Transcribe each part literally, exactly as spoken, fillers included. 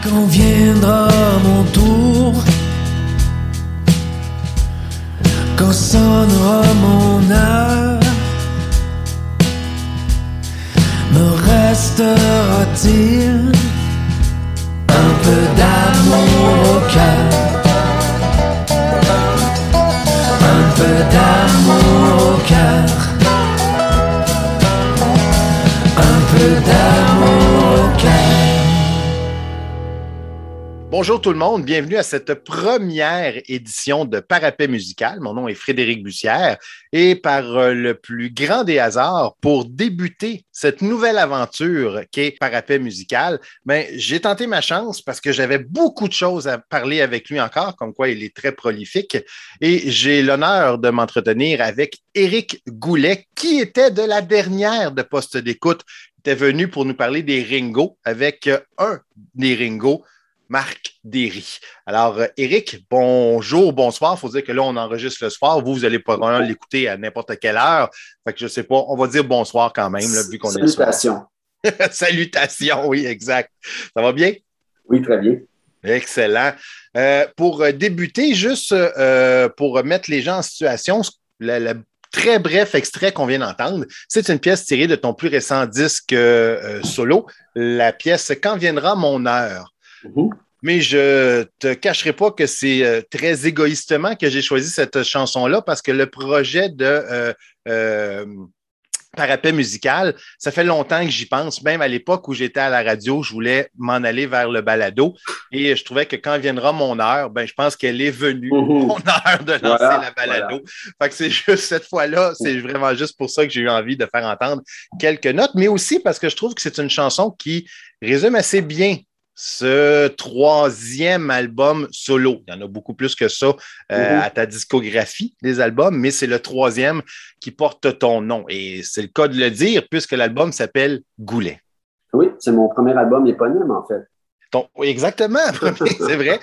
Quand viendra mon tour, quand sonnera mon heure, me restera-t-il un peu d'amour au cœur, un peu d'amour au cœur, un peu d'amour au cœur. Bonjour tout le monde, bienvenue à cette première édition de Parapet musical. Mon nom est Frédéric Bussière et par le plus grand des hasards, pour débuter cette nouvelle aventure qu'est Parapet musical, ben, j'ai tenté ma chance parce que j'avais beaucoup de choses à parler avec lui encore, comme quoi il est très prolifique, et j'ai l'honneur de m'entretenir avec Éric Goulet, qui était de la dernière de Poste d'écoute. Il était venu pour nous parler des Ringo avec un des Ringo, Marc Derry. Alors, Éric, bonjour, bonsoir. Il faut dire que là, on enregistre le soir. Vous, vous allez pas l'écouter à n'importe quelle heure. Fait que je sais pas, on va dire bonsoir quand même, là, vu qu'on est le soir. Salutations. Salutations, oui, exact. Ça va bien? Oui, très bien. Excellent. Euh, pour débuter, juste euh, pour mettre les gens en situation, le, le très bref extrait qu'on vient d'entendre, c'est une pièce tirée de ton plus récent disque euh, solo, la pièce « Quand viendra mon heure ». Mm-hmm. Mais je te cacherai pas que c'est euh, très égoïstement que j'ai choisi cette chanson-là parce que le projet de euh, euh, Parapet musical, ça fait longtemps que j'y pense. Même à l'époque où j'étais à la radio, je voulais m'en aller vers le balado et je trouvais que quand viendra mon heure, ben, je pense qu'elle est venue, Mm-hmm. mon heure de lancer Voilà, la balado. voilà. Fait que c'est juste cette fois-là, c'est vraiment juste pour ça que j'ai eu envie de faire entendre quelques notes, mais aussi parce que je trouve que c'est une chanson qui résume assez bien ce troisième album solo. Il y en a beaucoup plus que ça euh, Mm-hmm. à ta discographie des albums, mais c'est le troisième qui porte ton nom. Et c'est le cas de le dire, puisque l'album s'appelle Goulet. Oui, c'est mon premier album éponyme, en fait. Ton, oui, exactement, c'est vrai.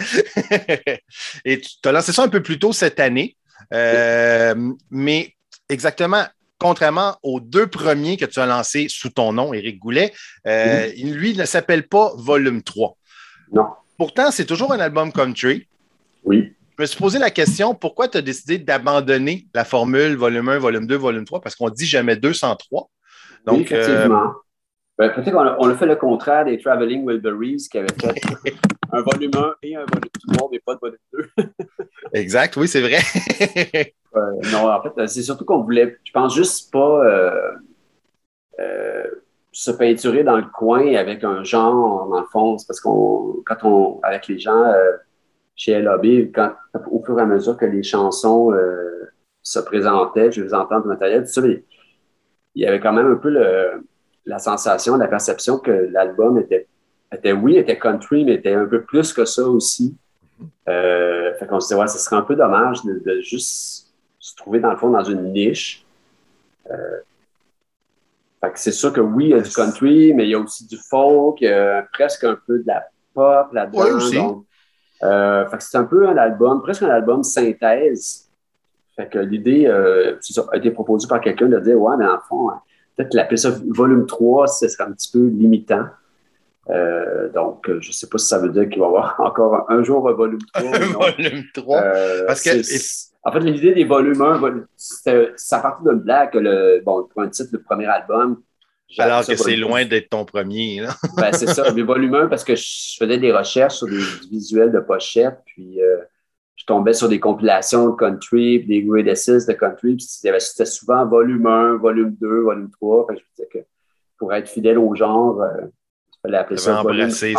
Et tu as lancé ça un peu plus tôt cette année, euh, mais exactement. Contrairement aux deux premiers que tu as lancés sous ton nom, Éric Goulet, euh, mmh. lui il ne s'appelle pas Volume trois. Non. Pourtant, c'est toujours un album country. Oui. Je me suis posé la question, pourquoi tu as décidé d'abandonner la formule Volume un, Volume deux, Volume trois? Parce qu'on dit jamais deux sans trois. Donc, oui, effectivement. Euh... Ben, peut-être qu'on a, on a fait le contraire des Traveling Wilburys qui avaient fait un volume un et un volume trois, mais pas de volume deux. Exact, oui, c'est vrai. euh, non, en fait, c'est surtout qu'on voulait, je pense juste pas euh, euh, se peinturer dans le coin avec un genre, dans le fond. C'est parce qu'on, quand on, avec les gens euh, chez L A B, quand, au fur et à mesure que les chansons euh, se présentaient, je les entends du matériel, tout ça, mais il y avait quand même un peu le. la sensation, la perception que l'album était, était, oui, était country, mais était un peu plus que ça aussi. Euh, fait qu'on se disait, ouais, ce serait un peu dommage de, de juste se trouver, dans le fond, dans une niche. Euh, fait que c'est sûr que oui, il y a du country, mais il y a aussi du folk, il y a presque un peu de la pop là-dedans. Oui, aussi. Donc, euh, fait que c'est un peu un album, presque un album synthèse. Fait que l'idée, euh, c'est ça, a été proposée par quelqu'un de dire, ouais, mais dans le fond, hein, peut-être l'appeler ça volume trois, ce serait un petit peu limitant. Euh, donc, je ne sais pas si ça veut dire qu'il va y avoir encore un, un jour un volume trois. Un volume trois. Euh, parce que, c'est, en fait, l'idée des volumes un, volume, c'était, ça partait d'une blague que le, bon, pour un titre, le premier album. Alors que c'est loin d'être ton premier. Là. Ben, c'est ça, le volume un, parce que je faisais des recherches sur des visuels de pochettes, puis euh, je tombais sur des compilations de country, puis des greatest hits de country, puis c'était souvent volume un, volume deux, volume trois. Fait que je me disais que pour être fidèle au genre, euh, il fallait appeler ça volume un. Cette...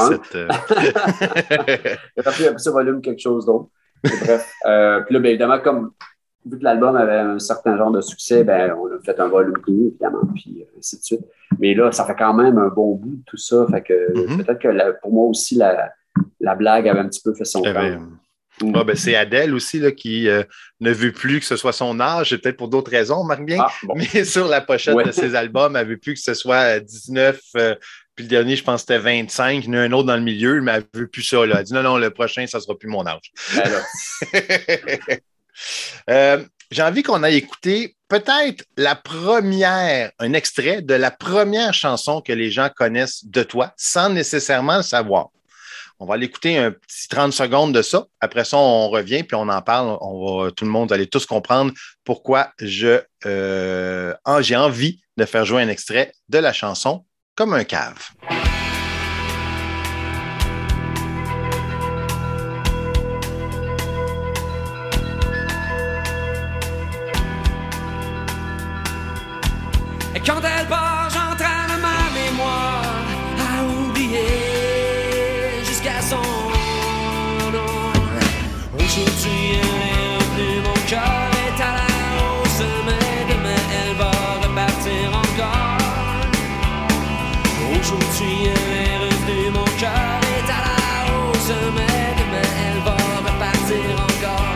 Il fallait appeler ça volume quelque chose d'autre. Bref. Euh, puis là, bien évidemment, comme vu que l'album avait un certain genre de succès, ben, on a fait un volume deux, évidemment, puis ainsi de suite. Mais là, ça fait quand même un bon bout de tout ça. Fait que mm-hmm. peut-être que la, pour moi aussi, la, la blague avait un petit peu fait son temps. Mm. Ah, ben, c'est Adèle aussi là, qui euh, ne veut plus que ce soit son âge, c'est peut-être pour d'autres raisons, on remarque bien, ah, bon. Mais sur la pochette ouais. de ses albums, elle ne veut plus que ce soit dix-neuf, euh, puis le dernier, je pense que c'était vingt-cinq, il y en a un autre dans le milieu, mais elle ne veut plus ça. Là. Elle dit non, non, le prochain, ça ne sera plus mon âge. euh, j'ai envie qu'on aille écouter peut-être la première, un extrait de la première chanson que les gens connaissent de toi, sans nécessairement le savoir. On va aller écouter un petit trente secondes de ça. Après ça, on revient puis on en parle. On va, tout le monde, vous allez tous comprendre pourquoi je, euh, j'ai envie de faire jouer un extrait de la chanson Comme un cave. Et quand elle part, j'entraîne ma mémoire à oublier jusqu'à son nom. Aujourd'hui, elle est revenue, mon cœur est à la hausse, mais demain, elle va repartir encore. Aujourd'hui, elle est revenue, mon cœur est à la hausse, mais demain, elle va repartir encore.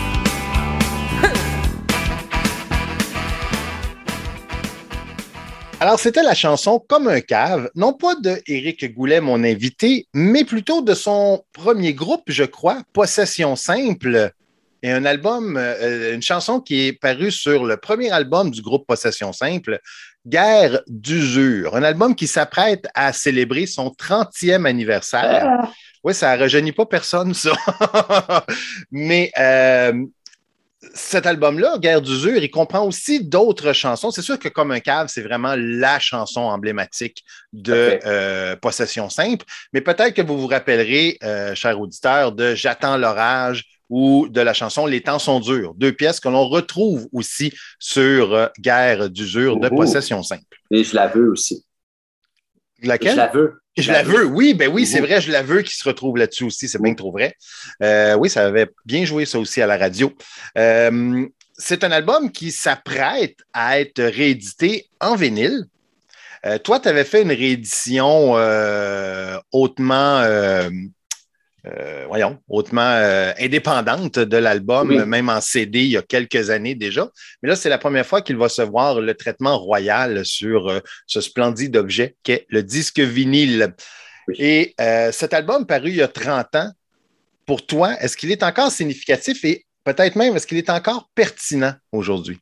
Alors, c'était la chanson Comme un cave, non pas de Éric Goulet, mon invité, mais plutôt de son premier groupe, je crois, Possession Simple, et un album, euh, une chanson qui est parue sur le premier album du groupe Possession Simple, Guerre d'usure, un album qui s'apprête à célébrer son trentième anniversaire. Ah. Oui, ça ne rajeunit pas personne, ça. mais... Euh, cet album-là, Guerre d'usure, il comprend aussi d'autres chansons. C'est sûr que Comme un cave, c'est vraiment la chanson emblématique de okay. euh, Possession Simple, mais peut-être que vous vous rappellerez, euh, chers auditeurs, de J'attends l'orage ou de la chanson Les temps sont durs, deux pièces que l'on retrouve aussi sur euh, Guerre d'usure de Possession Simple. Et je la veux aussi. Laquelle? Je la veux. Je, je la veux, veux. oui, ben oui, c'est vrai, je la veux qui se retrouve là-dessus aussi, c'est bien trop vrai. Euh, oui, ça avait bien joué ça aussi à la radio. Euh, c'est un album qui s'apprête à être réédité en vinyle. Euh, toi, tu avais fait une réédition euh, hautement, euh, euh, voyons, hautement euh, indépendante de l'album, oui. Même en C D il y a quelques années déjà. Mais là, c'est la première fois qu'il va se voir le traitement royal sur euh, ce splendide objet qu'est le disque vinyle. Oui. Et euh, cet album paru il y a trente ans, pour toi, est-ce qu'il est encore significatif et peut-être même, est-ce qu'il est encore pertinent aujourd'hui?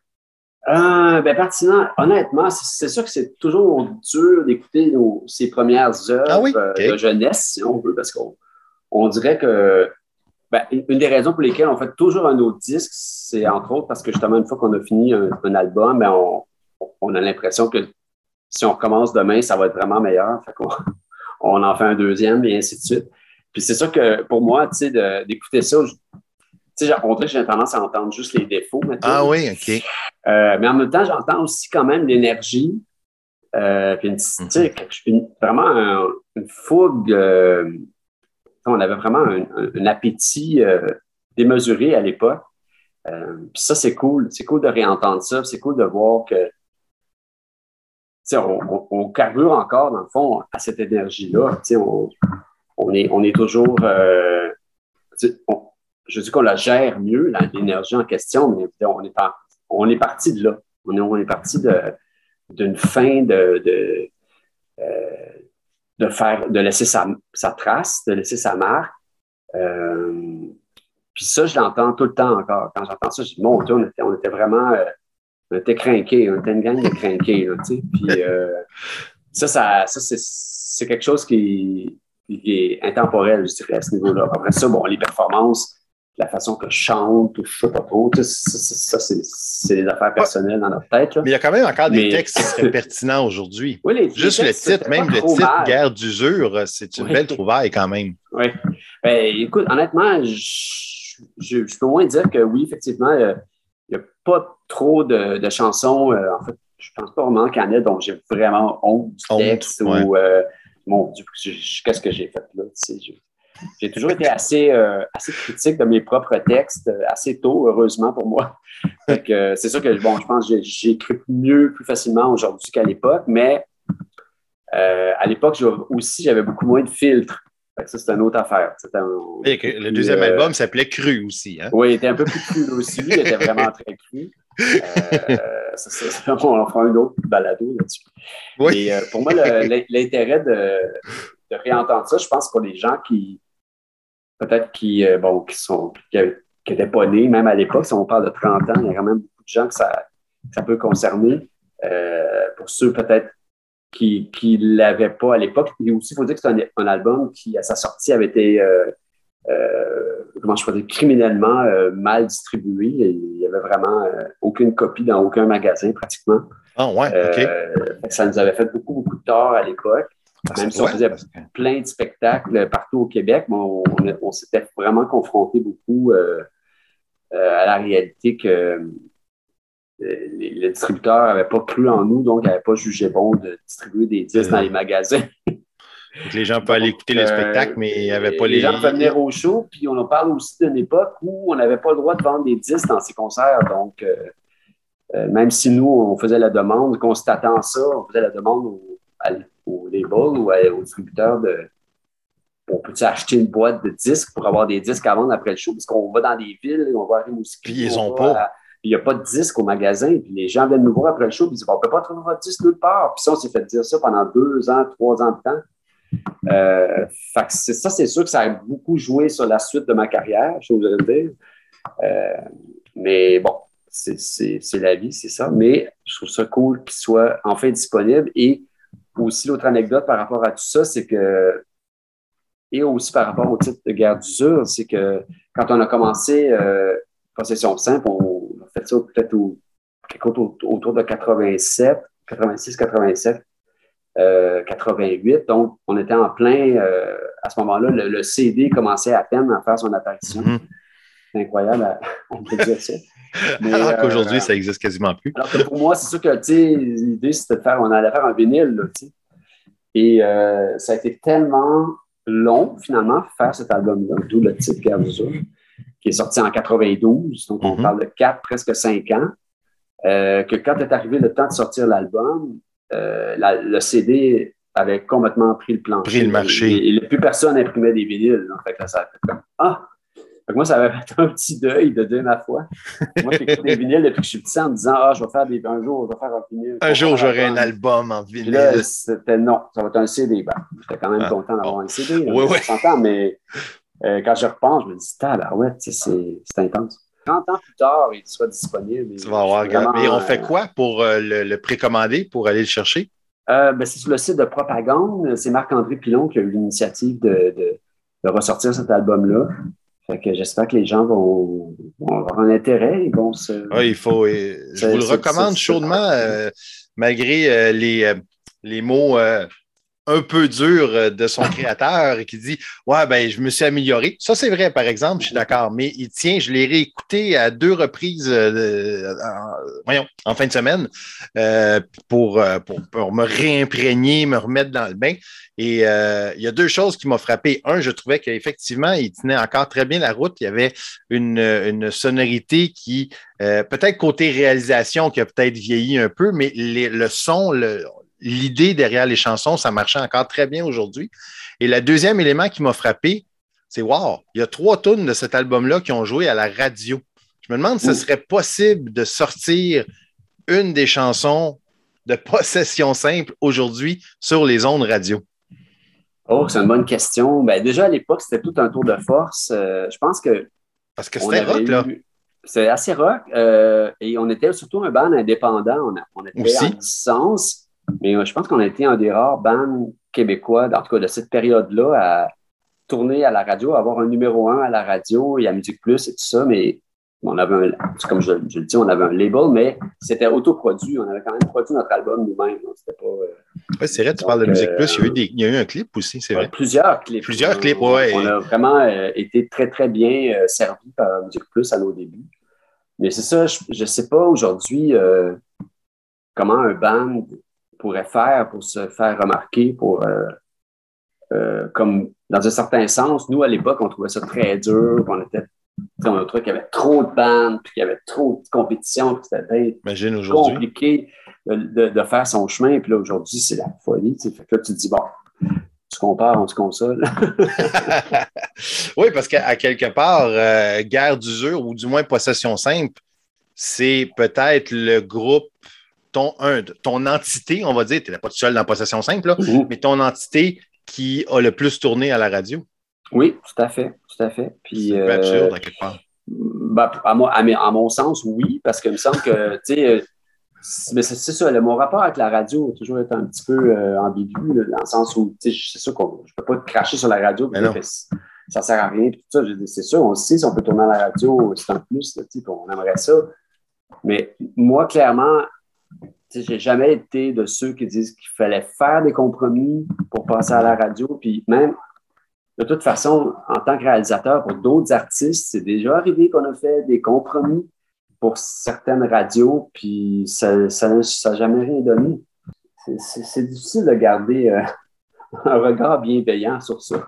Euh, ben, pertinent, honnêtement, c'est, c'est sûr que c'est toujours dur d'écouter nos, ses premières œuvres ah oui? okay. euh, de jeunesse, si on veut, parce qu'on on dirait que ben, une des raisons pour lesquelles on fait toujours un autre disque, c'est entre autres parce que justement, une fois qu'on a fini un, un album, ben, on, on a l'impression que si on recommence demain, ça va être vraiment meilleur. Fait qu'on on en fait un deuxième et ainsi de suite. Puis c'est sûr que pour moi, tu sais, de, d'écouter ça, tu sais, on dirait que j'ai tendance à entendre juste les défauts maintenant. Ah oui, OK. Euh, mais en même temps, j'entends aussi quand même l'énergie, euh, puis une, mm-hmm. tu sais, une, vraiment un, une fougue. Euh, on avait vraiment un, un, un appétit euh, démesuré à l'époque. Euh, puis ça, c'est cool. C'est cool de réentendre ça. C'est cool de voir que, tu sais, on, on, on carbure encore, dans le fond, à cette énergie-là. Tu sais, on, on, est, on est toujours... Euh, on, je dis qu'on la gère mieux, là, l'énergie en question, mais on est, par, on est parti de là. On est, on est parti de, d'une fin de... de euh, de faire, de laisser sa, sa trace, de laisser sa marque. Euh, puis ça, je l'entends tout le temps encore. Quand j'entends ça, je dis, mon Dieu, on était, on était vraiment, euh, on était crinqués, on était une gang de crinqués, là, tu sais. Puis euh, ça, ça, ça c'est, c'est quelque chose qui, qui est intemporel, je dirais, à ce niveau-là. Après ça, bon, les performances, la façon que je chante, ou je sais pas trop, ça, ça, ça c'est, c'est des affaires personnelles dans notre tête. Là. Mais il y a quand même encore des mais... textes qui seraient pertinents aujourd'hui. Oui, les, Juste les textes, le titre, même le titre mal. Guerre d'usure, c'est une oui. belle trouvaille quand même. Oui. Ben, écoute, honnêtement, je, je, je peux au moins dire que oui, effectivement, il n'y a pas trop de, de chansons. Euh, en fait, je ne pense pas vraiment qu'il y en ait dont j'ai vraiment honte du honte, texte ouais. ou euh, mon Dieu, je, je, qu'est-ce que j'ai fait là? Tu sais, je, J'ai toujours été assez, euh, assez critique de mes propres textes, assez tôt, heureusement pour moi. Donc, euh, c'est sûr que, bon, je pense que j'ai, j'écris mieux, plus facilement aujourd'hui qu'à l'époque, mais euh, à l'époque, aussi, j'avais beaucoup moins de filtres. Fait que ça, c'est une autre affaire. C'était un, Et que le deuxième euh, album s'appelait Cru aussi. Hein? Oui, il était un peu plus cru aussi. Il était vraiment très cru. Euh, ça, ça, on en fera un autre balado là-dessus. Oui. Et euh, pour moi, le, l'intérêt de, de réentendre ça, je pense pour les gens qui peut-être qui, euh, bon, qui sont qui n'étaient pas nés, même à l'époque, si on parle de trente ans, il y a quand même beaucoup de gens que ça, que ça peut concerner. Euh, pour ceux peut-être qui ne l'avaient pas à l'époque. Et aussi, il faut dire que c'est un, un album qui, à sa sortie, avait été, euh, euh, comment je peux dire, criminellement euh, mal distribué. Et il n'y avait vraiment euh, aucune copie dans aucun magasin, pratiquement. Ah, ouais, OK. Euh, ça nous avait fait beaucoup, beaucoup de tort à l'époque. Ah, Même si doit, on faisait parce que... plein de spectacles partout au Québec, mais on, on, on s'était vraiment confronté beaucoup euh, euh, à la réalité que euh, les, les distributeurs n'avaient pas cru en nous, donc n'avaient pas jugé bon de distribuer des disques euh, dans les magasins. Donc les gens peuvent aller écouter les spectacles, mais il n'y avait pas les... Les gens peuvent venir au show, puis on en parle aussi d'une époque où on n'avait pas le droit de vendre des disques dans ces concerts, donc euh, euh, même si nous, on faisait la demande, constatant ça, on faisait la demande au, à, au label ou à, aux distributeurs de on peut-tu acheter une boîte de disques pour avoir des disques à vendre après le show, parce qu'on va dans des villes, on va à Rimouski, puis ils ont pas. Il n'y a pas de disques au magasin, puis les gens viennent nous voir après le show, puis ils disent on ne peut pas trouver votre disque nulle part. Puis ça, on s'est fait dire ça pendant deux ans, trois ans de temps. Euh, fait que c'est, ça, c'est sûr que ça a beaucoup joué sur la suite de ma carrière, je voudrais dire. Euh, mais bon, c'est, c'est, c'est la vie, c'est ça. Mais je trouve ça cool qu'il soit enfin disponible. Et aussi, l'autre anecdote par rapport à tout ça, c'est que et aussi par rapport au titre de Guerre d'usure, c'est que quand on a commencé euh, Possession Simple, on a fait ça peut-être au, autour de quatre-vingt-sept, quatre-vingt-six, quatre-vingt-sept, euh, quatre-vingt-huit. Donc, on était en plein, euh, à ce moment-là, le, le C D commençait à peine à faire son apparition. Mm-hmm. C'est incroyable, on peut dire ça. Mais, alors qu'aujourd'hui, euh, ça existe quasiment plus. Alors que pour moi, c'est sûr que l'idée, c'était de faire, on allait faire un vinyle, là, tu sais. Et euh, ça a été tellement long, finalement, faire cet album-là, d'où le titre Guerre d'usure, qui est sorti en quatre-vingt-douze, donc on mm-hmm. parle de quatre, presque cinq ans, euh, que quand est arrivé le temps de sortir l'album, euh, la, le C D avait complètement pris le plancher. Pris le marché. Et, et, et plus personne n'imprimait des vinyles. En fait, là, ça a fait comme « Ah! » Fait que moi, ça avait fait un petit deuil de dire ma foi. Moi, j'écoute des vinyles depuis que je suis petit en me disant « Ah, je vais faire des, un jour, je vais faire un vinyle. » Un jour, j'aurai un album en vinyle. Puis là, c'était non, ça va être un C D. Ben, j'étais quand même ah, content d'avoir bon. un C D. Là, oui, oui. Content, mais euh, quand je repense, je me dis « Tabarouette, c'est, c'est intense. » trente ans plus tard, il soit disponible. Tu vas avoir vraiment, mais on fait quoi pour euh, le, le précommander, pour aller le chercher? Euh, ben, c'est sur le site de Propagande. C'est Marc-André Pilon qui a eu l'initiative de, de, de ressortir cet album-là. Fait que j'espère que les gens vont, vont avoir un intérêt. Ils vont se... Oui, il faut. Euh, je vous le recommande chaudement, euh, malgré euh, les, euh, les mots euh, un peu durs de son créateur qui dit « Ouais, ben je me suis amélioré. » Ça, c'est vrai, par exemple, je suis d'accord. Mais il tient, je l'ai réécouté à deux reprises euh, en, voyons, en fin de semaine euh, pour, pour, pour me réimprégner, me remettre dans le bain. Et euh, il y a deux choses qui m'ont frappé. Un, je trouvais qu'effectivement, il tenait encore très bien la route. Il y avait une, une sonorité qui, euh, peut-être côté réalisation, qui a peut-être vieilli un peu, mais les, le son, le, l'idée derrière les chansons, ça marchait encore très bien aujourd'hui. Et le deuxième élément qui m'a frappé, c'est wow, il y a trois tunes de cet album-là qui ont joué à la radio. Je me demande si ce serait possible de sortir une des chansons de Possession Simple aujourd'hui sur les ondes radio. Oh, c'est une bonne question. Ben, déjà, à l'époque, c'était tout un tour de force. Euh, je pense que... Parce que c'était rock, là. Eu... C'était assez rock. Euh, et on était surtout un band indépendant. On, a, on était Aussi. en licence. Mais euh, je pense qu'on a été un des rares bands québécois, en tout cas de cette période-là, à tourner à la radio, à avoir un numéro un à la radio et à Musique Plus et tout ça. Mais on avait un... Comme je, je le dis, on avait un label, mais c'était autoproduit. On avait quand même produit notre album nous-mêmes. Donc c'était pas... Euh... Oui, c'est vrai, tu donc, parles de Musique Plus. Il y a eu, des, il y a eu un clip aussi, c'est vrai. Plusieurs clips. Plusieurs clips, oui. oui. On a vraiment euh, été très, très bien euh, servis par Musique Plus à nos débuts. Mais c'est ça, je ne sais pas aujourd'hui euh, comment un band pourrait faire pour se faire remarquer, pour euh, euh, comme dans un certain sens, nous, à l'époque, on trouvait ça très dur, on était on a trouvé qu'il y avait trop de bandes, puis qu'il y avait trop de compétition, puis c'était Imagine compliqué de, de, de faire son chemin. Puis là, aujourd'hui, c'est la folie. Fait que là, tu te dis, bon, tu compares, on se console. Oui, parce qu'à quelque part, euh, Guerre d'usure, ou du moins Possession Simple, c'est peut-être le groupe, ton, un, ton entité, on va dire, tu n'es pas tout seul dans Possession Simple, là, mm-hmm. mais ton entité qui a le plus tourné à la radio. Oui, tout à fait, tout à fait. Puis, c'est un peu absurde, à quelque part. Ben, à, moi, à, à mon sens, oui, parce qu'il me semble que, tu sais, Mais c'est, c'est ça, le, mon rapport avec la radio a toujours été un petit peu euh, ambigu, là, dans le sens où, tu sais, c'est sûr que je ne peux pas cracher sur la radio, mais que ça ne sert à rien. Tout ça, je, c'est sûr, on sait si on peut tourner à la radio, c'est un plus, là, on aimerait ça. Mais moi, clairement, je n'ai jamais été de ceux qui disent qu'il fallait faire des compromis pour passer à la radio. Puis même, de toute façon, en tant que réalisateur, pour d'autres artistes, c'est déjà arrivé qu'on a fait des compromis pour certaines radios, puis ça n'a ça, ça jamais rien donné. C'est, c'est, c'est difficile de garder euh, un regard bienveillant sur ça.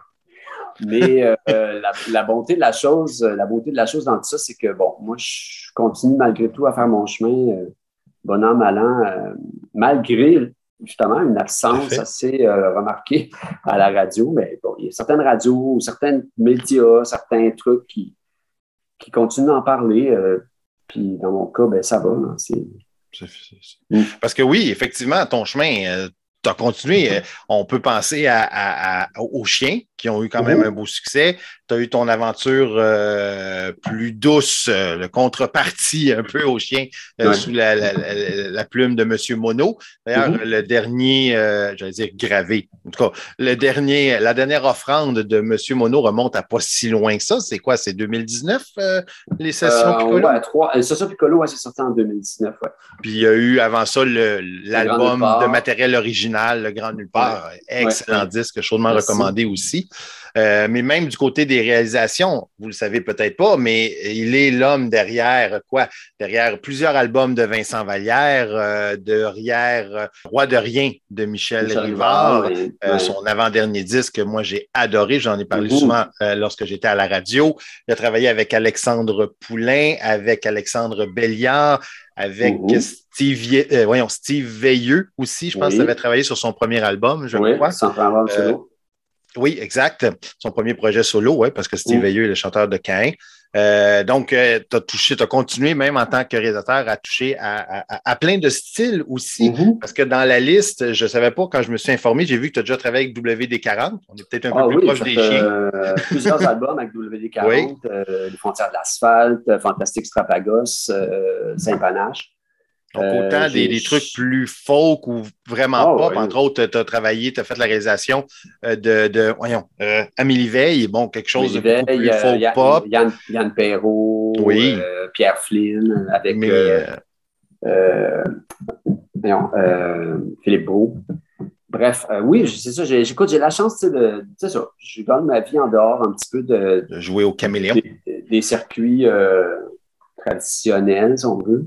Mais euh, la, la bonté de la chose, la beauté de la chose dans tout ça, c'est que, bon, moi, je continue malgré tout à faire mon chemin, euh, bon an, mal an, euh, malgré, justement, une absence assez euh, remarquée à la radio. Mais bon, il y a certaines radios, certains médias, certains trucs qui, qui continuent d'en parler. Euh, Puis dans mon cas, ben, ça va. Hein, c'est... C'est, c'est, c'est... Parce que oui, effectivement, ton chemin, euh, tu as continué. Euh, on peut penser à, à, à, aux chiens qui ont eu quand même mm-hmm. un beau succès. Tu as eu ton aventure euh, plus douce, euh, le contrepartie un peu aux chiens euh, ouais. sous la, la, la, la plume de M. Monod. D'ailleurs, mm-hmm. le dernier, euh, j'allais dire gravé, en tout cas, le dernier, la dernière offrande de M. Monod remonte à pas si loin que ça. C'est quoi? C'est deux mille dix-neuf, euh, les sessions euh, Piccolo? Ouais, trois. Les sessions Piccolo, ouais, c'est sorti en deux mille dix-neuf. Ouais. Puis il y a eu avant ça le, l'album de matériel original, Le Grand Nulle Part. Ouais. Excellent ouais. disque, chaudement Merci. recommandé aussi. Euh, mais même du côté des réalisations, vous le savez peut-être pas, mais il est l'homme derrière quoi? Derrière plusieurs albums de Vincent Vallière, euh, derrière euh, Roi de rien de Michel, Michel Rivard, Rivard ouais. euh, son avant-dernier disque, moi j'ai adoré, j'en ai parlé mmh. souvent euh, lorsque j'étais à la radio. Il a travaillé avec Alexandre Poulain, avec Alexandre Belliard, avec mmh. Steve, euh, voyons, Steve Veilleux aussi, je pense oui. qu'il avait travaillé sur son premier album, je oui, crois. Son album solo. Oui, exact. Son premier projet solo, oui, parce que Steve mmh. Veilleux est le chanteur de Caïn. Euh, donc, euh, tu as touché, tu as continué même en tant que réalisateur à toucher à, à, à plein de styles aussi. Mmh. Parce que dans la liste, je ne savais pas, quand je me suis informé, j'ai vu que tu as déjà travaillé avec W D quarante. On est peut-être un ah, peu plus oui, proche des chiens. Euh, plusieurs albums avec W D quarante, oui. euh, Les Frontières de l'asphalte, Fantastique Strapagos, euh, Saint-Panache. Donc, autant euh, des, des trucs plus folk ou vraiment oh, pop. Oui. Entre autres, tu as travaillé, tu as fait la réalisation euh, de, de, voyons, euh, Amélie Veil, bon, quelque chose Amélie de beaucoup plus folk Yann, pop. Yann, Yann Perrault, oui. euh, Pierre Flynn, avec Mais, euh, euh, voyons, euh, Philippe Brault. Bref, euh, oui, c'est ça. J'ai, j'écoute, j'ai la chance, tu sais, de, c'est ça. Je gagne ma vie en dehors un petit peu de, de jouer au caméléon. Des, des circuits euh, traditionnels, si on veut.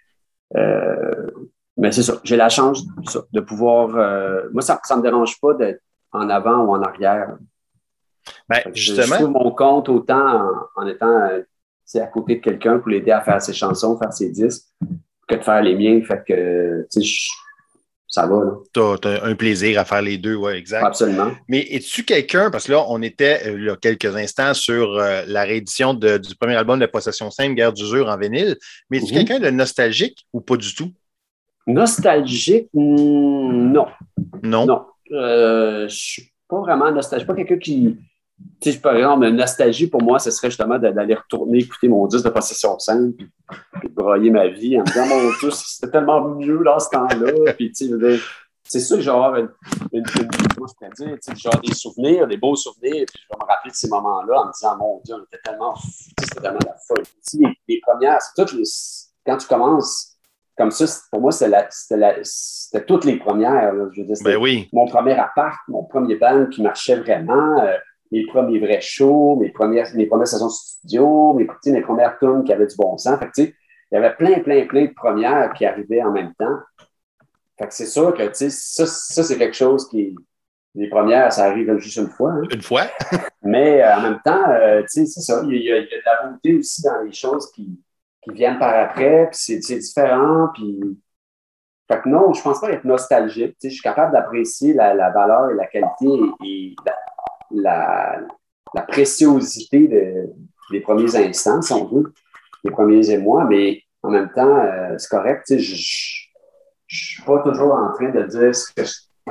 Euh, mais c'est ça, j'ai la chance ça, de pouvoir. Euh, moi, ça ne me dérange pas d'être en avant ou en arrière. Ben, justement. Je trouve mon compte autant en, en étant euh, à côté de quelqu'un pour l'aider à faire ses chansons, faire ses disques, que de faire les miens. Fait que, tu sais, ça va. Tu as un plaisir à faire les deux, oui, exact. Absolument. Mais es-tu quelqu'un, parce que là, on était euh, il y a quelques instants sur euh, la réédition de, du premier album de Possession Simple, Guerre d'usure en vinyle, mais es-tu mm-hmm. quelqu'un de nostalgique ou pas du tout? Nostalgique? Non. Non? Non. Euh, je ne suis pas vraiment nostalgique. Je ne suis pas quelqu'un qui... Tu sais, par exemple, nostalgie, pour moi, ce serait justement d'aller retourner écouter mon disque de Possession Simple puis, puis de broyer ma vie en me disant, mon Dieu, c'était tellement mieux dans ce temps-là. Puis, tu sais, c'est sûr que je vais avoir une, une, une, comment je pourrais dire, tu sais, genre des souvenirs, des beaux souvenirs, puis je vais me rappeler de ces moments-là en me disant, mon Dieu, on était tellement, tu sais, c'était tellement la folie. Tu sais, les, les premières, c'est toutes les, quand tu commences comme ça, pour moi, c'était, la, c'était, la, c'était toutes les premières. Là, je veux dire, c'était ben oui. mon premier appart, mon premier band qui marchait vraiment. Euh, mes premiers vrais shows, mes premières, mes premières saisons de studio, mes, mes premières tunes qui avaient du bon sens. Fait que, tu sais, il y avait plein, plein, plein de premières qui arrivaient en même temps. Fait que c'est sûr que, tu sais, ça, ça, c'est quelque chose qui... Les premières, ça arrive juste une fois. Hein. Une fois. Mais euh, en même temps, euh, tu sais, c'est ça. Il y, a, il y a de la beauté aussi dans les choses qui, qui viennent par après, puis c'est, c'est différent, puis... Fait que non, je pense pas être nostalgique. Tu sais, je suis capable d'apprécier la, la valeur et la qualité et, et la, La, la préciosité de, des premiers instants, si on veut, des premiers émois, mais en même temps, euh, c'est correct. Je ne suis pas toujours en train de dire ce que je,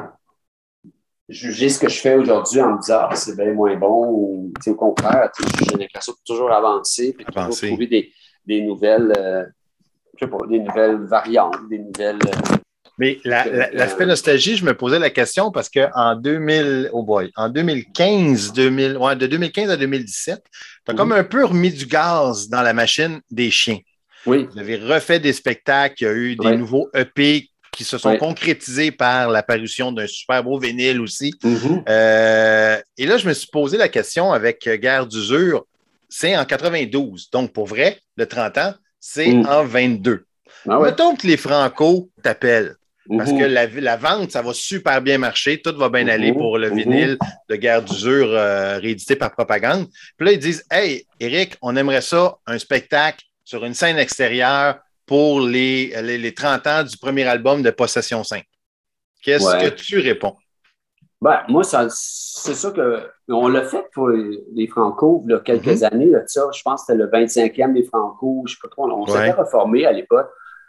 juger ce que je fais aujourd'hui en me disant ah, c'est bien moins bon ou au contraire, j'ai l'impression de toujours avancer et toujours trouver des, des nouvelles. Euh, je sais pas, des nouvelles variantes, des nouvelles. Euh, Mais la, la, l'aspect nostalgie, je me posais la question parce qu'en deux mille, oh boy, en deux mille quinze, deux mille, ouais, de deux mille quinze à deux mille dix-sept, tu as mm-hmm. comme un peu remis du gaz dans la machine des chiens. Oui. Vous avez refait des spectacles, il y a eu des oui. nouveaux E P qui se sont oui. concrétisés par l'apparition d'un super beau vinyle aussi. Mm-hmm. Euh, et là, je me suis posé la question avec Guerre d'usure, c'est en quatre-vingt-douze. Donc, pour vrai, le trente ans, c'est mm. en vingt-deux. Ah ouais. Mettons que les Franco t'appellent. Mm-hmm. Parce que la, la vente, ça va super bien marcher. Tout va bien mm-hmm. aller pour le vinyle mm-hmm. de Guerre d'usure euh, réédité par Propagande. Puis là, ils disent « Hey, Éric, on aimerait ça, un spectacle sur une scène extérieure pour les, les, les trente ans du premier album de Possession cinq. » Qu'est-ce ouais. que tu réponds? Ben, moi, ça, c'est ça qu'on l'a fait pour les, les Franco il y a quelques mm-hmm. années. Là, ça, je pense que c'était le vingt-cinquième des Franco. Je ne sais pas trop. On ouais. s'était reformé à l'époque.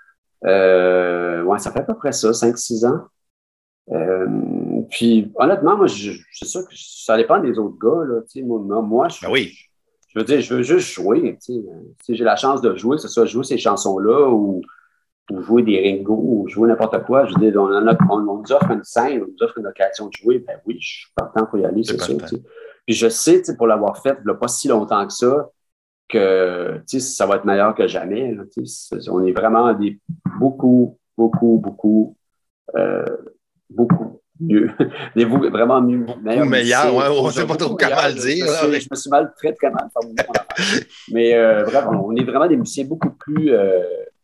Euh, ouais, ça fait à peu près ça, cinq six ans. Euh, puis, honnêtement, moi, je, c'est sûr que ça dépend des autres gars. Là, moi, moi je, ben oui. je veux dire, je veux juste jouer. Si j'ai la chance de jouer, c'est ça, jouer ces chansons-là ou, ou jouer des Ringo ou jouer n'importe quoi. Je veux dire, on, en a, on, on nous offre une scène, on nous offre une occasion de jouer. Ben oui, je suis partant pour y aller, c'est, c'est sûr. T'sais. Puis je sais, pour l'avoir fait, il n'y a pas si longtemps que ça, que ça va être meilleur que jamais. Là, on est vraiment des beaucoup, beaucoup, beaucoup, euh, beaucoup mieux. Des beaucoup, vraiment mieux. Beaucoup meilleur, meilleur ouais, on ne sait pas trop comment le dire. Je, je, je me suis mal, très, très mal formulé. Mais euh, vraiment, on est vraiment des musiciens beaucoup plus euh,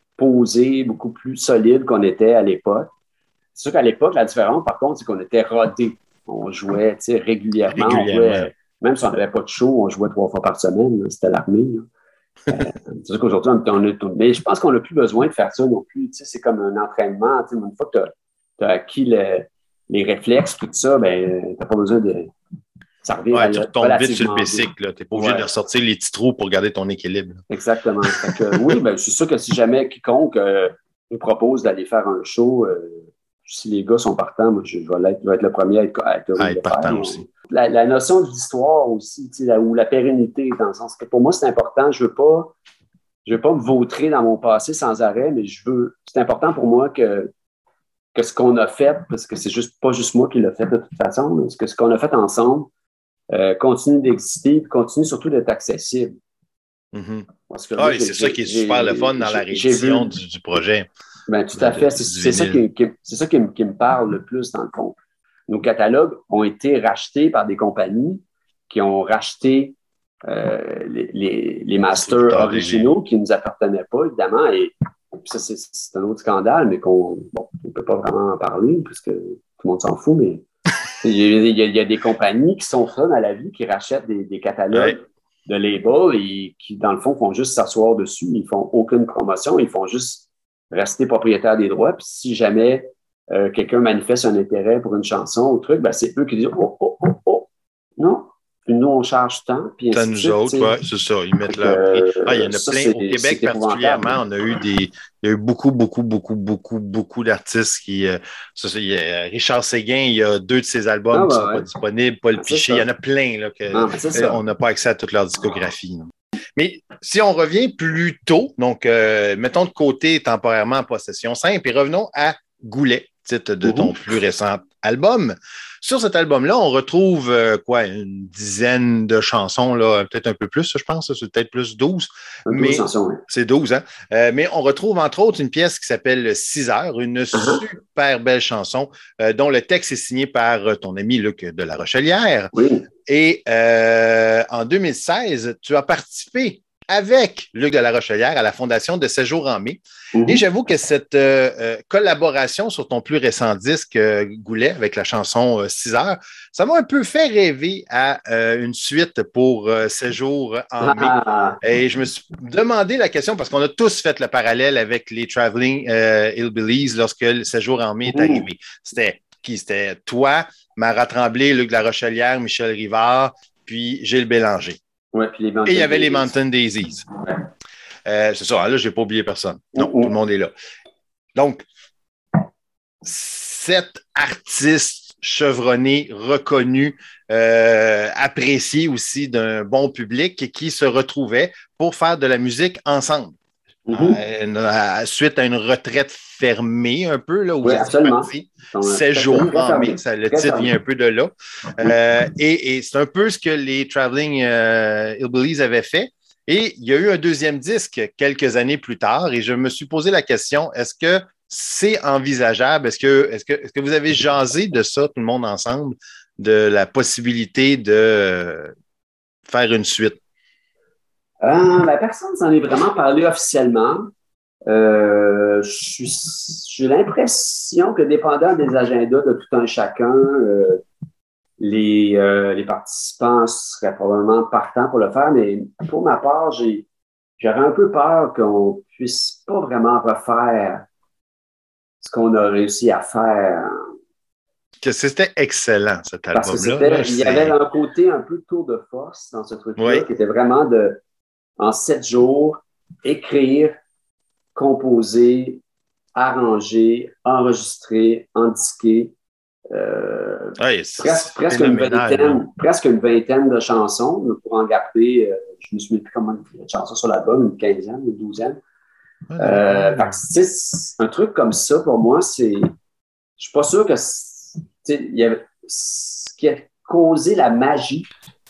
posés, beaucoup plus solides qu'on était à l'époque. C'est sûr qu'à l'époque, la différence, par contre, c'est qu'on était rodés. On jouait régulièrement. régulièrement. On jouait, même si on n'avait pas de show, on jouait trois fois par semaine. Là, c'était l'armée. euh, c'est sûr qu'aujourd'hui, on, on a tout. Mais je pense qu'on n'a plus besoin de faire ça non plus. C'est comme un entraînement. Une fois que tu as acquis le, les réflexes, tout ça, ben, tu n'as pas besoin de. Ça revient ouais, tu retombes vite sur le bicycle. Tu n'es pas obligé ouais. de ressortir les petits trous pour garder ton équilibre. Exactement. que, oui, ben, je suis sûr que si jamais quiconque euh, nous propose d'aller faire un show, euh, si les gars sont partants, moi, je, je, vais, être, je vais être le premier à être, à être, à être partant faire, aussi. La, la notion de l'histoire aussi, la, ou la pérennité, dans le sens que pour moi, c'est important. Je ne veux pas, je veux pas me vautrer dans mon passé sans arrêt, mais je veux. C'est important pour moi que, que ce qu'on a fait, parce que c'est juste pas juste moi qui l'ai fait de toute façon, parce que ce qu'on a fait ensemble euh, continue d'exister et continue surtout d'être accessible. Mm-hmm. Parce que là, ah, c'est ça qui est super le fun dans la réédition du, du projet. Ben, tout à fait. C'est, c'est, ça qui, qui, c'est ça qui, qui me parle le plus, dans le fond. Nos catalogues ont été rachetés par des compagnies qui ont racheté euh, les, les, les masters originaux qui ne nous appartenaient pas, évidemment. Et ça, c'est, c'est un autre scandale, mais qu'on bon, on ne peut pas vraiment en parler parce que tout le monde s'en fout. Mais il y, a, il y a des compagnies qui sont fun à la vie, qui rachètent des, des catalogues ouais. de labels et qui, dans le fond, font juste s'asseoir dessus. Ils ne font aucune promotion. Ils font juste rester propriétaires des droits. Puis si jamais euh, quelqu'un manifeste un intérêt pour une chanson ou truc, ben c'est eux qui disent « Oh, oh, oh, oh, non. » Puis nous, on charge tant. Puis c'est nous autres, oui, c'est ça. Ils mettent leur prix. Ah, il y en a ça, plein. Au Québec, particulièrement, on a eu des. Il y a eu beaucoup, beaucoup, beaucoup, beaucoup, beaucoup d'artistes qui. Euh, ça, ça, il y a Richard Séguin, il y a deux de ses albums ah, qui ne bah, sont ouais. pas disponibles. Paul ah, Piché, il y en a plein là, que ah, euh, on n'a pas accès à toute leur discographie. Non. Mais si on revient plus tôt, donc euh, mettons de côté temporairement Possession cinq, et revenons à Goulet, titre de ton plus récent album. Sur cet album-là, on retrouve euh, quoi, une dizaine de chansons, là, peut-être un peu plus, je pense, c'est peut-être plus douze. Mais chansons, oui. C'est douze, hein? Euh, mais on retrouve entre autres une pièce qui s'appelle six heures, une uh-huh. super belle chanson euh, dont le texte est signé par ton ami Luc de La Rochelière. Oui. Et euh, en deux mille seize, tu as participé avec Luc de La Rochelière à la fondation de Séjour en mai. Mm-hmm. Et j'avoue que cette euh, euh, collaboration sur ton plus récent disque, euh, Goulet, avec la chanson euh, six heures, ça m'a un peu fait rêver à euh, une suite pour euh, Séjour en mai. Ah. Et je me suis demandé la question, parce qu'on a tous fait le parallèle avec les Traveling euh, Hillbillies lorsque le Séjour en mai est mm. arrivé. C'était qui? C'était toi, Marat Tremblay, Luc de La Rochelière, Michel Rivard, puis Gilles Bélanger. Ouais, puis les Et il y avait les Mountain Daisies. Ouais. Euh, c'est ça, là, je n'ai pas oublié personne. Non, mm-hmm. tout le monde est là. Donc, sept artistes chevronnés, reconnus, euh, appréciés aussi d'un bon public qui se retrouvaient pour faire de la musique ensemble. Mm-hmm. À, à, suite à une retraite fermée un peu, là, où oui, vous étiez parti, sept jours en mai, ça, le titre vient un peu de là. Euh, et, et c'est un peu ce que les Traveling euh, Hillbillies avaient fait. Et il y a eu un deuxième disque quelques années plus tard, et je me suis posé la question, est-ce que c'est envisageable? Est-ce que, est-ce que, est-ce que vous avez jasé de ça, tout le monde ensemble, de la possibilité de faire une suite? Euh, ben, personne s'en est vraiment parlé officiellement. Euh, j'ai l'impression que dépendant des agendas de tout un chacun, euh, les, euh, les participants seraient probablement partants pour le faire, mais pour ma part, j'ai, j'aurais un peu peur qu'on puisse pas vraiment refaire ce qu'on a réussi à faire. Que c'était excellent, cet album-là. Parce que c'était, là, il y avait un côté un peu tour de force dans ce truc-là, oui. qui était vraiment de, en sept jours, écrire, composer, arranger, enregistrer, indiquer. Euh, oui, presque, presque, une vingtaine, presque une vingtaine de chansons. Pour en garder, euh, je me suis mis plus comment de chansons sur l'album, une quinzaine, une douzaine. Ah, euh, fait que, un truc comme ça, pour moi, c'est. Je suis pas sûr que il y avait, ce qui a causé la magie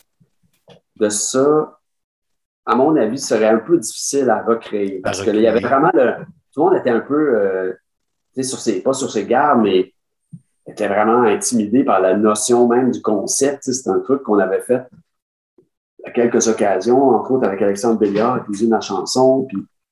de ça, à mon avis, serait un peu difficile à recréer. Parce qu'il y avait vraiment le. Tout le monde était un peu, euh, sur ses, pas sur ses gardes, mais était vraiment intimidé par la notion même du concept. C'est un truc qu'on avait fait à quelques occasions, entre autres avec Alexandre Béliard, qui faisait la chanson,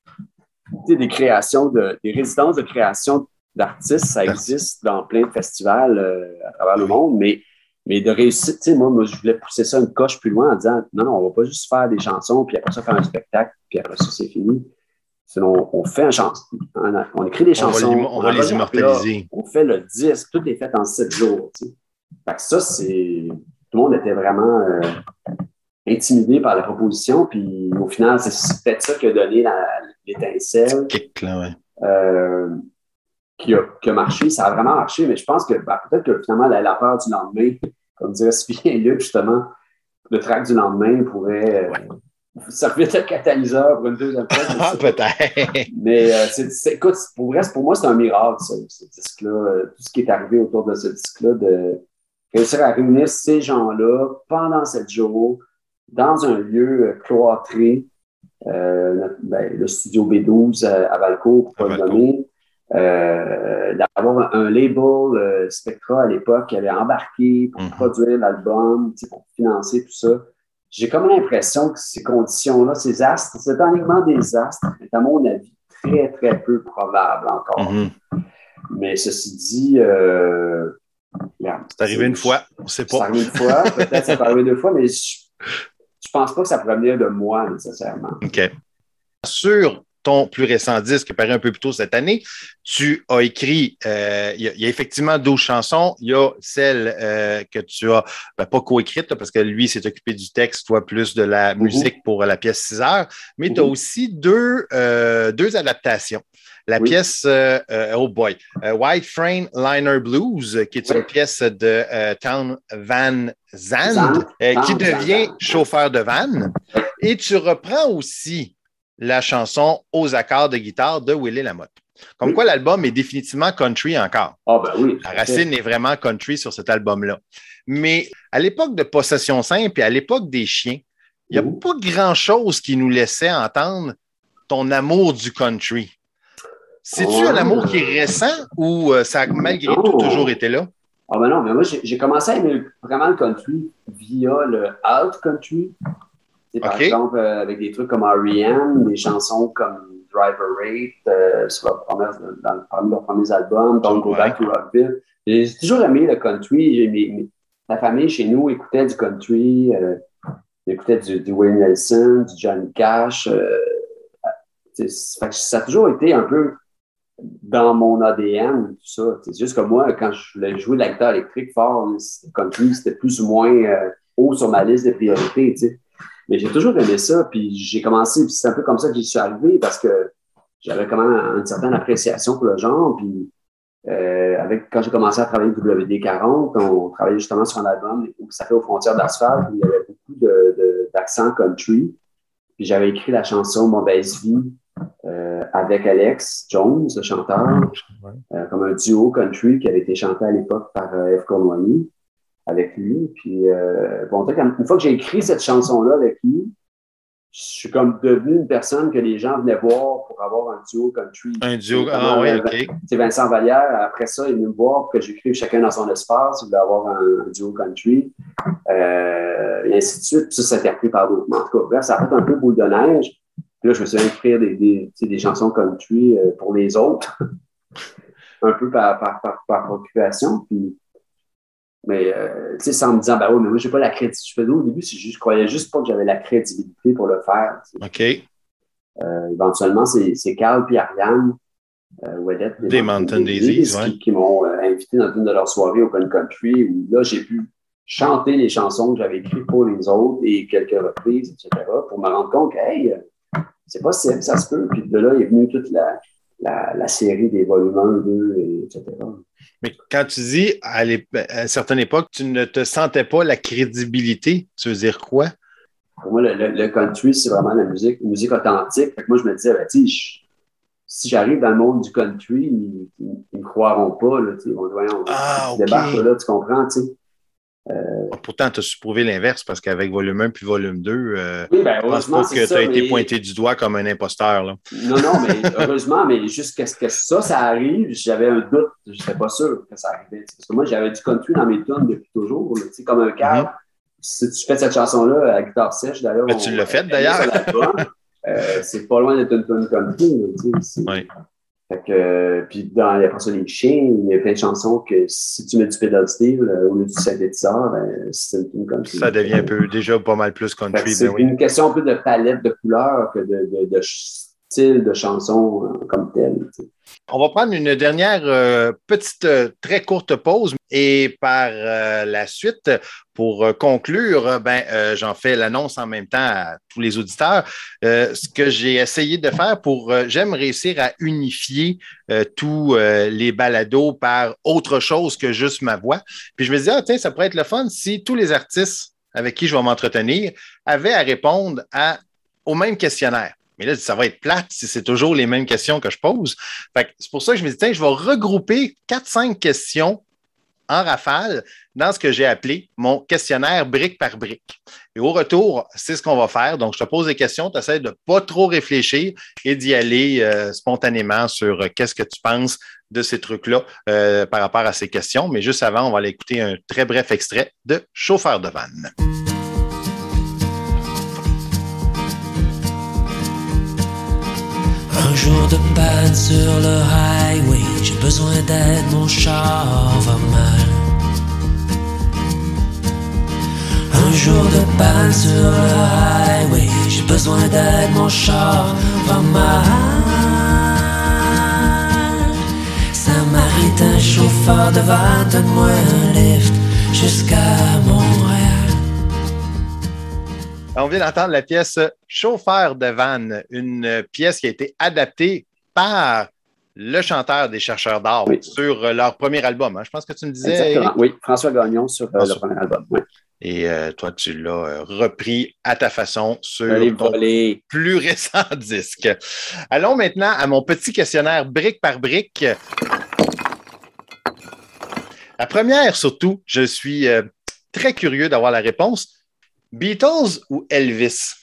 puis des créations, de, des résidences de création d'artistes, ça existe dans plein de festivals euh, à travers le monde, mais, mais de réussir, tu sais, moi, moi, je voulais pousser ça une coche plus loin en disant, non, non, on va pas juste faire des chansons, puis après ça, faire un spectacle, puis après ça, c'est fini. Sinon, on fait un chanson, on écrit des chansons, on va, on va les immortaliser. Là, on fait le disque, tout est fait en sept jours. Tu sais. Fait que ça, c'est. Tout le monde était vraiment euh, intimidé par la proposition, puis au final, c'est peut-être ça qui a donné la, l'étincelle. Kick, là, ouais. euh, qui, a, qui a marché. Ça a vraiment marché, mais je pense que ben, peut-être que finalement, la, la peur du lendemain, comme dirait Sylvie Luc, justement, le track du lendemain pourrait. Euh, ouais. servir de catalyseur pour une deuxième fois. Ah, peut-être. Mais euh, c'est, c'est, écoute, pour, vrai, pour moi, c'est un miracle, ça, ce disque-là. Euh, tout ce qui est arrivé autour de ce disque-là, de réussir à réunir ces gens-là pendant sept jours, dans un lieu euh, cloîtré, euh, ben, le studio B douze à, à Valcourt, pour pas le nommer, euh, d'avoir un, un label euh, Spectra à l'époque qui avait embarqué pour mm-hmm. produire l'album, pour financer tout ça. J'ai comme l'impression que ces conditions-là, ces astres, cet alignement des astres est, à mon avis, très, très peu probable encore. Mm-hmm. Mais ceci dit, euh, regarde, c'est arrivé une fois, on ne sait pas. C'est arrivé une fois, peut-être ça peut arriver deux fois, mais je ne pense pas que ça pourrait venir de moi nécessairement. OK. Sur ton plus récent disque, paru un peu plus tôt cette année, tu as écrit, euh, il, y a, il y a effectivement douze chansons, il y a celle euh, que tu as, ben, pas coécrite, là, parce que lui s'est occupé du texte, toi plus de la musique mmh. pour la pièce six heures, mais mmh. tu as aussi deux, euh, deux adaptations. La oui. pièce, euh, euh, oh boy, euh, White Frame Liner Blues, qui est oui. une pièce de euh, Town Van Zandt, euh, qui devient chauffeur de van, et tu reprends aussi la chanson Aux accords de guitare de Willie Lamotte. Comme oui. quoi, l'album est définitivement country encore. Ah, ben oui. La racine est vraiment country sur cet album-là. Mais à l'époque de Possession Simple et à l'époque des Chiens, il n'y a mmh. pas grand-chose qui nous laissait entendre ton amour du country. C'est-tu oh. un amour qui est récent ou ça a malgré non. tout toujours été là? Ah ben non, mais moi, j'ai, j'ai commencé à aimer vraiment le country via le alt country. Par okay. exemple, euh, avec des trucs comme R E M, des chansons comme Driver Rate, euh, sur leur première, dans, parmi leurs premiers albums, Don't Go Back to Rockville. J'ai toujours aimé le country. J'ai, mes, mes, ma famille chez nous écoutait du country, euh, écoutait du, du Willie Nelson, du Johnny Cash. Euh, ça a toujours été un peu dans mon A D N, tout ça. C'est juste que moi, quand je voulais jouer de la guitare électrique fort, le country, c'était plus ou moins euh, haut sur ma liste de priorités, tu sais. Mais j'ai toujours aimé ça, puis j'ai commencé, puis c'est un peu comme ça que j'y suis arrivé, parce que j'avais quand même une certaine appréciation pour le genre, puis euh, avec, quand j'ai commencé à travailler W D quarante, on travaillait justement sur un album qui s'appelait Aux frontières d'asphalte, où il y avait beaucoup de, de, d'accent country, puis j'avais écrit la chanson Mauvaise vie, euh, avec Alex Jones, le chanteur, Ouais. euh, comme un duo country qui avait été chanté à l'époque par euh, F. Cournoyer avec lui. Puis, euh, bon, une fois que j'ai écrit cette chanson-là avec lui, je suis comme devenu une personne que les gens venaient voir pour avoir un duo country. Un duo, ah oui, OK. C'est Vincent Vallière, après ça, il est venu me voir pour que j'écrive chacun dans son espace, il voulait avoir un, un duo country, euh, et ainsi de suite. Puis ça, ça a été repris par d'autres. En tout cas, bref, ça a fait un peu boule de neige. Puis là, je me suis écrire des, des, des chansons country euh, pour les autres, un peu par, par, par, par préoccupation. Puis, mais, euh, tu sais, sans me disant, ben oui, mais moi, j'ai pas la crédibilité. Au début, c'est juste, je croyais juste pas que j'avais la crédibilité pour le faire. T'sais. OK. Euh, éventuellement, c'est, c'est Carl et Ariane euh, Ouellette, des, des Mountain Daisies, qui, ouais. qui m'ont euh, invité dans une de leurs soirées Open Country, où là, j'ai pu chanter les chansons que j'avais écrites pour les autres et quelques reprises, et cetera, pour me rendre compte que, hey, c'est possible, ça se peut. Puis de là, est venue toute la, la, la série des volumes un, deux, et cetera. Mais quand tu dis à, à une certaine époque, tu ne te sentais pas la crédibilité, tu veux dire quoi? Pour moi, le, le, le country, c'est vraiment la musique, une musique authentique. Fait que moi, je me disais, ben, tu sais, si j'arrive dans le monde du country, ils ne me croiront pas. Là, ils vont dire, on ah, débarque okay. là, tu comprends? Tu sais. Euh... Pourtant, tu as su prouver l'inverse parce qu'avec volume un puis volume deux, euh, oui, ben, je pense pas que tu as été pointé du doigt comme un imposteur. Là. Non, non, mais heureusement, mais jusqu'à ce que ça, ça arrive, j'avais un doute. Je n'étais pas sûr que ça arrivait. Parce que moi, j'avais du country dans mes tunes depuis toujours, là, comme un cadre. Mm-hmm. Si tu fais cette chanson-là à la guitare sèche, d'ailleurs. Mais tu l'as faite d'ailleurs. euh, c'est pas loin d'être une tune country. Oui. Fait que, euh, puis dans après ça, les chiens, il y a plein de chansons que si tu mets du pedal steel euh, au lieu du synthétiseur, ben, c'est une tune country. Ça devient un peu, déjà pas mal plus country. C'est ben oui. une question un peu de palette de couleurs que de, de, de style de chanson euh, comme telle. Tu sais. On va prendre une dernière euh, petite, euh, très courte pause et par euh, la suite, pour euh, conclure, ben, euh, j'en fais l'annonce en même temps à tous les auditeurs. Euh, ce que j'ai essayé de faire pour, euh, j'aime réussir à unifier euh, tous euh, les balados par autre chose que juste ma voix. Puis je me disais, ah, tiens, ça pourrait être le fun si tous les artistes avec qui je vais m'entretenir avaient à répondre à, au même questionnaire. Mais là, ça va être plate si c'est toujours les mêmes questions que je pose. Fait que c'est pour ça que je me dis, tiens, je vais regrouper quatre cinq questions en rafale dans ce que j'ai appelé mon questionnaire brique par brique. Et au retour, c'est ce qu'on va faire. Donc, je te pose des questions, tu essaies de ne pas trop réfléchir et d'y aller euh, spontanément sur euh, qu'est-ce que tu penses de ces trucs-là euh, par rapport à ces questions. Mais juste avant, on va aller écouter un très bref extrait de Chauffeur de van. Un jour de panne sur le highway, j'ai besoin d'aide, mon char va mal. Un jour de panne sur le highway, j'ai besoin d'aide, mon char va mal. Samaritain, chauffeur de van, donne-moi un lift jusqu'à Montréal. On vient d'entendre la pièce Chauffeur de van, une pièce qui a été adaptée par le chanteur des Chercheurs d'Or oui. sur leur premier album. Hein. Je pense que tu me disais. Exactement, Eric? Oui, François Gagnon sur euh, le premier album. Oui. Et euh, toi, tu l'as euh, repris à ta façon sur ton volés. plus récent disque. Allons maintenant à mon petit questionnaire brique par brique. La première, surtout, je suis euh, très curieux d'avoir la réponse. Beatles ou Elvis?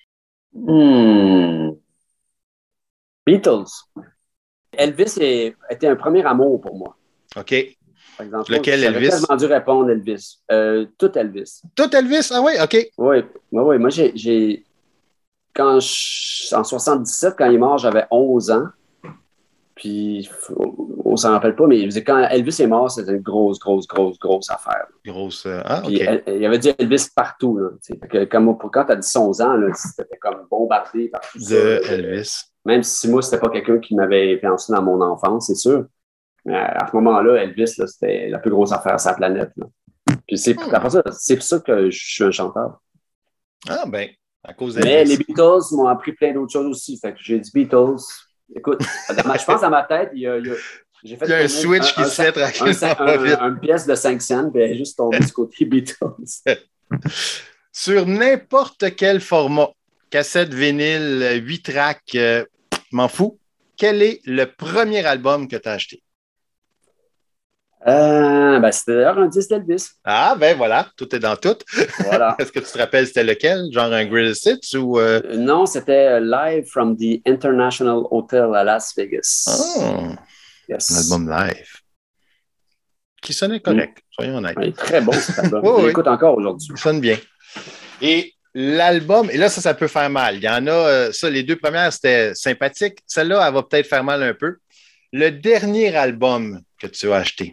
Hmm. Beatles. Elvis est, était un premier amour pour moi. OK. Par exemple, lequel j'avais Elvis? J'avais dû répondre Elvis. Euh, tout Elvis. Tout Elvis? Ah oui, OK. Oui, oui, oui. Moi, j'ai, j'ai... Quand je... en soixante-dix-sept, quand il est mort, j'avais onze ans. Puis, on ne s'en rappelle pas, mais quand Elvis est mort, c'était une grosse, grosse, grosse, grosse affaire. Grosse. Euh, ah, Puis, OK. il y avait du Elvis partout. Là, que, comme, quand tu as dix onze ans, là, c'était comme bombardé par tout de ça. De Elvis. Même si moi, c'était pas quelqu'un qui m'avait influencé dans mon enfance, c'est sûr. Mais à, à ce moment-là, Elvis, là, c'était la plus grosse affaire sur la planète. Là. Puis c'est, hmm. après ça, c'est pour ça que je suis un chanteur. Ah, ben, à cause d'Elvis. Mais les Beatles m'ont appris plein d'autres choses aussi. Fait que j'ai dit Beatles. Écoute, ma, je pense dans ma tête, il y a, il y a, j'ai fait il y a un switch un, qui un, se fait tranquillement. Une pièce de cinq cents, puis elle est juste tombée du côté Beatles. Sur n'importe quel format, cassette, vinyle, huit tracks, euh, m'en fous, quel est le premier album que tu as acheté? Euh, ben, c'était d'ailleurs un disque d'Elvis. Ah, ben voilà, tout est dans tout. Voilà. Est-ce que tu te rappelles c'était lequel? Genre un Greatest Hits ou... Euh... Euh, non, c'était Live from the International Hotel à Las Vegas. Oh, yes. Un album live. Qui sonnait correct, mm. soyons honnêtes. Oui, très bon cet album. oui, Je oui. l'écoute encore aujourd'hui. Il sonne bien. Et l'album, et là, ça, ça peut faire mal. Il y en a, euh, ça, les deux premières, c'était sympathique. Celle-là, elle va peut-être faire mal un peu. Le dernier album que tu as acheté?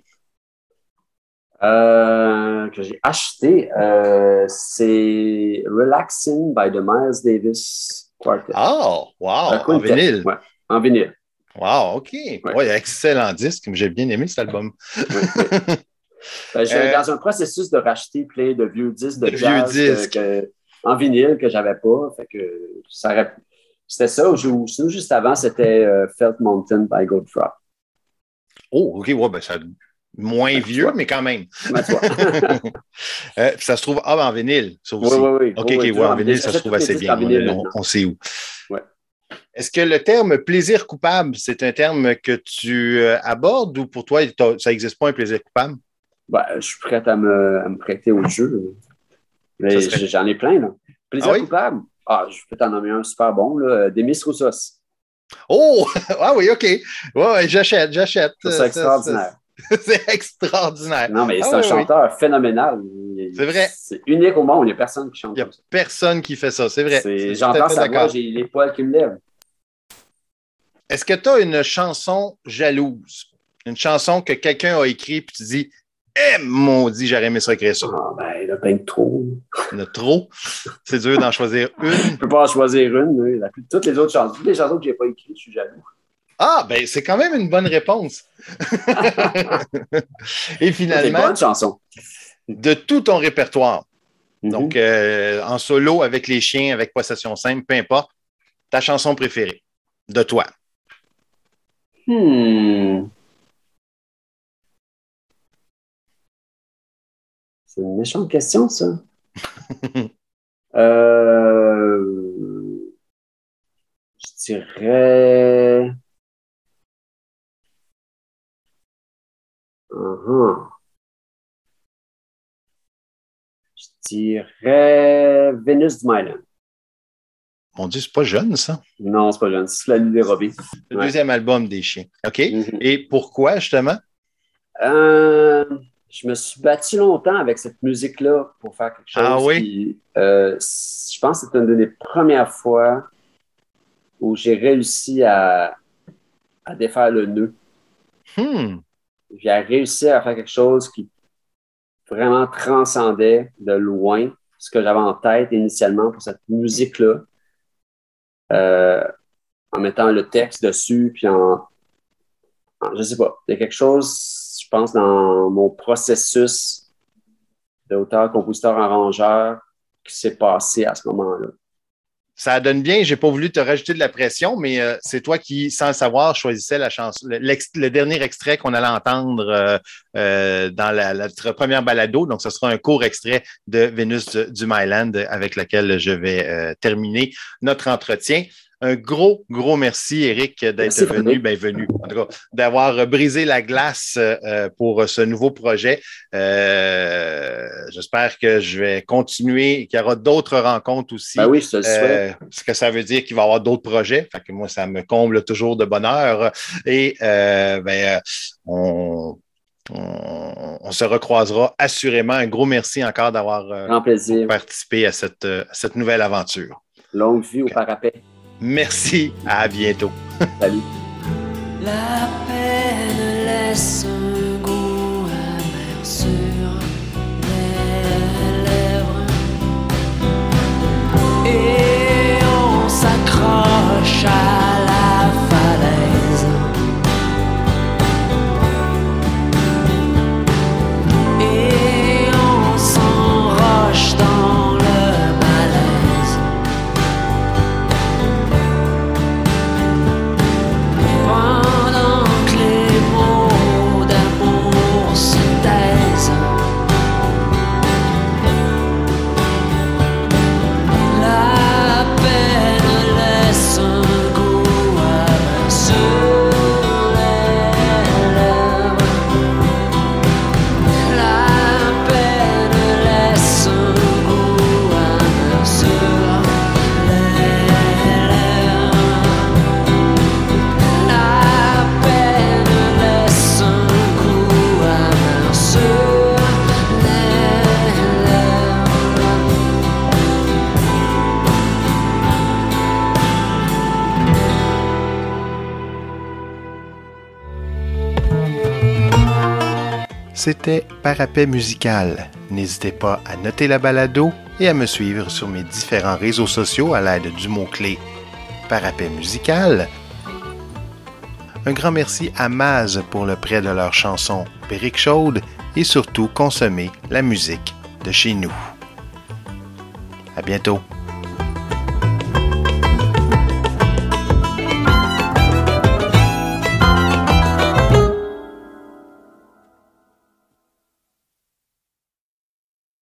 Euh, que j'ai acheté, euh, c'est Relaxing by the Miles Davis Quartet. Oh, wow, euh, en vinyle. Ouais, en vinyle. Wow, OK. Ouais. Ouais, excellent disque. J'ai bien aimé cet album. Ouais, ouais. Ben, j'ai, euh, dans un processus de racheter plein de vieux disques de, de jazz vieux disques. Que, que, en vinyle que j'avais pas. Fait que ça aurait, c'était ça. Ou, sinon, juste avant, c'était euh, Felt Mountain by Goldfrapp. Oh, OK. Ouais, ben, ça... Moins ben, vieux, mais quand même. Ben, euh, ça se trouve ah, en vinyle, ça aussi. Oui, oui, oui. OK, oui, OK, oui, ouais, en vinyle, ça se trouve assez bien. Vinyle, on, on sait où. Ouais. Est-ce que le terme plaisir coupable, c'est un terme que tu euh, abordes ou pour toi, ça n'existe pas un plaisir coupable? Ben, je suis prêt à me, à me prêter au jeu. Mais serait... j'en ai plein, là. Plaisir ah, oui? coupable? Ah, je peux t'en nommer un super bon, là. Demis Roussos. Oh! Ah oui, OK. Ouais, ouais, j'achète, j'achète. C'est extraordinaire. C'est extraordinaire. Non, mais c'est ah, un oui, chanteur oui. phénoménal. C'est vrai. C'est unique au monde. Il n'y a personne qui chante. Il n'y a personne qui fait ça, c'est vrai. C'est... J'entends sa voix, j'ai les poils qui me lèvent. Est-ce que tu as une chanson jalouse? Une chanson que quelqu'un a écrite et tu dis « Eh, maudit, j'aurais aimé ça écrire ça. » Ah, ben, il y en a plein de trop. Il y en a trop. C'est dur d'en choisir une. Je ne peux pas en choisir une. Mais la... Toutes les autres chansons, toutes les chansons que je n'ai pas écrites, je suis jaloux. Ah, ben c'est quand même une bonne réponse. Et finalement, c'est une bonne chanson. De tout ton répertoire, mm-hmm. donc euh, en solo, avec les chiens, avec Possession Simple, peu importe, ta chanson préférée de toi? Hmm. C'est une méchante question, ça. euh... Je dirais... Uh-huh. Je dirais Vénus du Myland. Mon Dieu, c'est pas jeune, ça? Non, c'est pas jeune. C'est la nuit dérobée. Le ouais. deuxième album des chiens. OK. Mm-hmm. Et pourquoi, justement? Euh, je me suis battu longtemps avec cette musique-là pour faire quelque chose. Ah oui? Qui, euh, je pense que c'est une des premières fois où j'ai réussi à, à défaire le nœud. Hmm. J'ai réussi à faire quelque chose qui vraiment transcendait de loin ce que j'avais en tête initialement pour cette musique-là, euh, en mettant le texte dessus, puis en, en... Je sais pas, il y a quelque chose, je pense, dans mon processus d'auteur, compositeur, arrangeur qui s'est passé à ce moment-là. Ça donne bien, j'ai pas voulu te rajouter de la pression, mais euh, c'est toi qui, sans le savoir, choisissais la chanson, le, le dernier extrait qu'on allait entendre euh, euh, dans la, la première balado. Donc, ce sera un court extrait de Vénus du, du Myland avec lequel je vais euh, terminer notre entretien. Un gros, gros merci, Éric, d'être merci, venu, ben venu, en tout cas, d'avoir brisé la glace euh, pour ce nouveau projet. Euh, j'espère que je vais continuer, qu'il y aura d'autres rencontres aussi. Ben oui, je te le souhaite. Euh, ce que ça veut dire qu'il va y avoir d'autres projets. Fait que moi, ça me comble toujours de bonheur. Et euh, ben, on, on, on se recroisera assurément. Un gros merci encore d'avoir euh, participé à cette, à cette nouvelle aventure. Longue vie au parapet. Merci, à bientôt. Salut. La peine laisse un goût amer sur les lèvres et on s'accroche à la falaise et on s'enroche dans le malaise. Pendant que les mots C'était Parapet musical. N'hésitez pas à noter la balado et à me suivre sur mes différents réseaux sociaux à l'aide du mot-clé Parapet musical. Un grand merci à Maz pour le prêt de leur chanson Perrique chaude et surtout consommer la musique de chez nous. À bientôt.